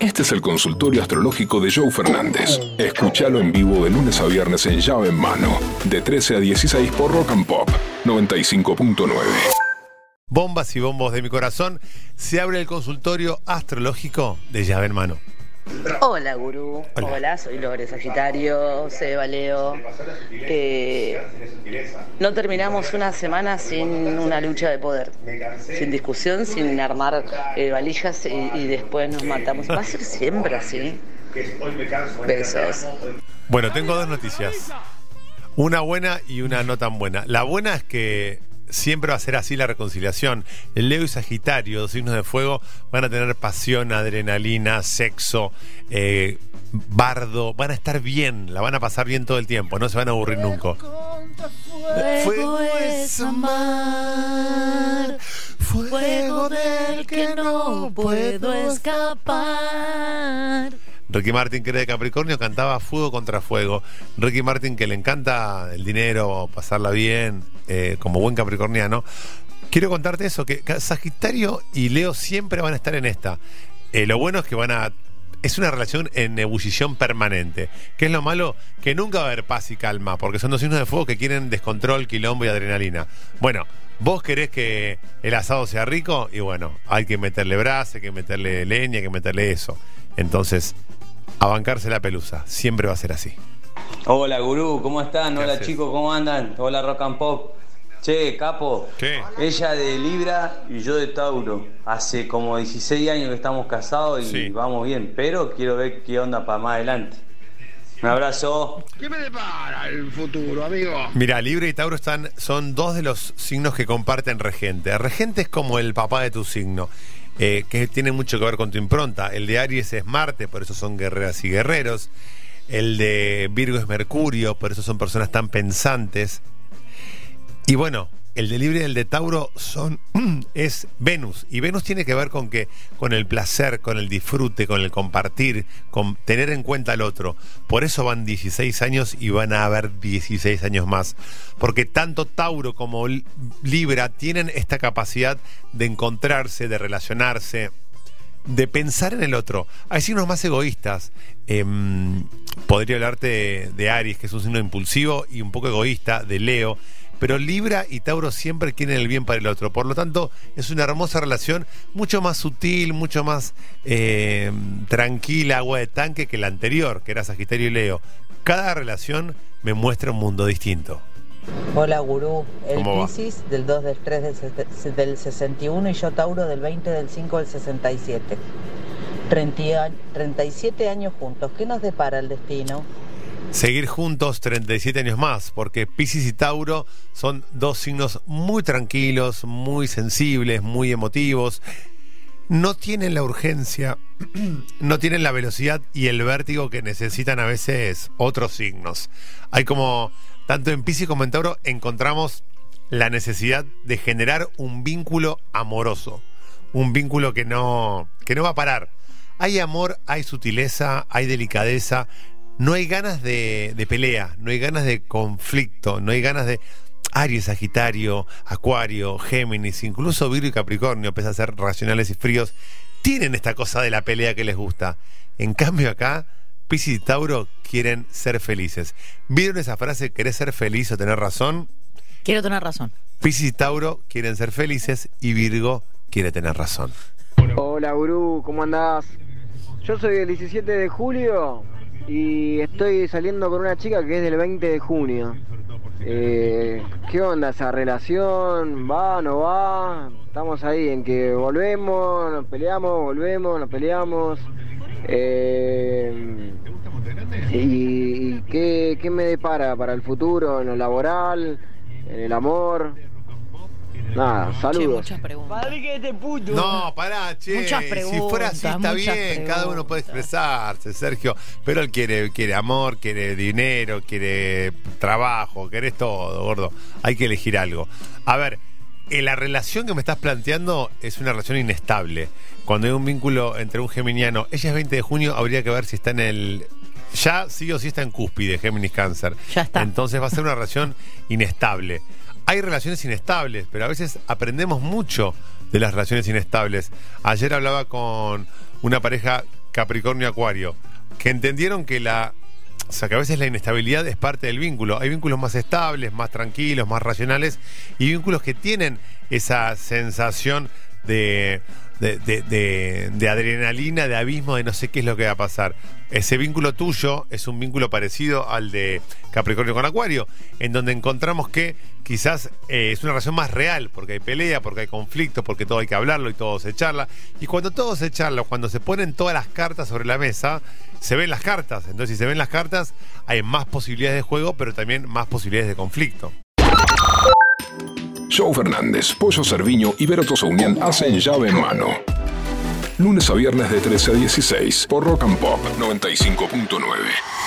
Este es el consultorio astrológico de Joe Fernández. Escúchalo en vivo de lunes a viernes en Llave en Mano, de 13 a 16 por Rock and Pop 95.9. Bombas y bombos de mi corazón, se abre el consultorio astrológico de Llave en Mano. Hola, gurú. Hola. Hola, soy Lore Sagitario, Seba Leo. No terminamos una semana sin una lucha de poder, sin discusión, sin armar valijas y después nos matamos. ¿Va a ser siempre así? Besos. Bueno, tengo dos noticias. Una buena y una no tan buena. La buena es que siempre va a ser así la reconciliación. El Leo y Sagitario, dos signos de fuego, van a tener pasión, adrenalina, sexo, bardo, van a estar bien, la van a pasar bien todo el tiempo, no se van a aburrir nunca. Fuego es amar, fuego del que no puedo escapar. Ricky Martin, que era de Capricornio, cantaba Fuego contra Fuego. Ricky Martin, que le encanta el dinero, pasarla bien, como buen capricorniano. Quiero contarte eso, que Sagitario y Leo siempre van a estar en esta. Lo bueno es que es una relación en ebullición permanente. ¿Qué es lo malo? Que nunca va a haber paz y calma, porque son dos signos de fuego que quieren descontrol, quilombo y adrenalina. Bueno, vos querés que el asado sea rico y bueno, hay que meterle brasa, hay que meterle leña, hay que meterle eso. Entonces, a bancarse la pelusa. Siempre va a ser así. Hola, gurú, ¿cómo están? Hola, haces? chicos, ¿cómo andan? Hola, Rock and Pop. Che, capo. ¿Qué? Ella de Libra y yo de Tauro. Hace como 16 años que estamos casados y Sí. vamos bien, pero quiero ver qué onda para más adelante. Un abrazo. ¿Qué me depara el futuro, amigo? Mira, Libra y Tauro son dos de los signos que comparten regente. El regente es como el papá de tu signo, que tiene mucho que ver con tu impronta. El de Aries es Marte, por eso son guerreras y guerreros. El de Virgo es Mercurio, por eso son personas tan pensantes. Y bueno, el de Libra y el de Tauro es Venus. Y Venus tiene que ver con el placer, con el disfrute, con el compartir, con tener en cuenta al otro. Por eso van 16 años y van a haber 16 años más. Porque tanto Tauro como Libra tienen esta capacidad de encontrarse, de relacionarse, de pensar en el otro. Hay signos más egoístas. Podría hablarte de Aries, que es un signo impulsivo y un poco egoísta, de Leo. Pero Libra y Tauro siempre quieren el bien para el otro. Por lo tanto, es una hermosa relación, mucho más sutil, mucho más tranquila, agua de tanque que la anterior, que era Sagitario y Leo. Cada relación me muestra un mundo distinto. Hola, gurú. El ¿Cómo va? Piscis del 2 del 3 del 61 y yo Tauro del 20 del 5 del 67. 37 años juntos. ¿Qué nos depara el destino? Seguir juntos 37 años más, porque Piscis y Tauro son dos signos muy tranquilos, muy sensibles, muy emotivos. No tienen la urgencia, no tienen la velocidad y el vértigo que necesitan a veces otros signos. Hay como, tanto en Piscis como en Tauro, encontramos la necesidad de generar un vínculo amoroso, un vínculo que no va a parar. Hay amor, hay sutileza, hay delicadeza. No hay ganas de pelea, no hay ganas de conflicto, no hay ganas de... Aries, Sagitario, Acuario, Géminis, incluso Virgo y Capricornio, pese a ser racionales y fríos, tienen esta cosa de la pelea que les gusta. En cambio acá, Piscis y Tauro quieren ser felices. ¿Vieron esa frase, querés ser feliz o tener razón? Quiero tener razón. Piscis y Tauro quieren ser felices y Virgo quiere tener razón. Hola, gurú, ¿cómo andás? Yo soy del 17 de julio y estoy saliendo con una chica que es del 20 de junio. ¿Qué onda esa relación? ¿Va, no va? Estamos ahí en que volvemos, nos peleamos, volvemos, nos peleamos. ¿Y qué me depara para el futuro, en lo laboral, en el amor? Nada, Che, saludos. muchas preguntas. No, pará, che. Muchas Si fuera así preguntas, está muchas bien, cada uno puede preguntas. expresarse, Sergio. Pero él quiere amor, quiere dinero, quiere trabajo, querés todo, gordo. Hay que elegir algo. A ver, la relación que me estás planteando es una relación inestable. Cuando hay un vínculo entre un geminiano, ella es 20 de junio, habría que ver si está en el... Ya sí o sí está en cúspide, Géminis Cáncer. Ya está. Entonces va a ser una relación inestable. Hay relaciones inestables, pero a veces aprendemos mucho de las relaciones inestables. Ayer hablaba con una pareja Capricornio-Acuario, que entendieron que o sea, que a veces la inestabilidad es parte del vínculo. Hay vínculos más estables, más tranquilos, más racionales, y vínculos que tienen esa sensación de adrenalina, de abismo, de no sé qué es lo que va a pasar. Ese vínculo tuyo es un vínculo parecido al de Capricornio con Acuario, en donde encontramos que quizás es una relación más real, porque hay pelea, porque hay conflicto, porque todo hay que hablarlo y todo se charla. Y cuando todo se charla, cuando se ponen todas las cartas sobre la mesa, se ven las cartas. Entonces, si se ven las cartas, hay más posibilidades de juego, pero también más posibilidades de conflicto. Joe Fernández, Pollo Cerviño y Vero Tosaunian hacen llave en mano. Lunes a viernes de 13 a 16 por Rock and Pop 95.9.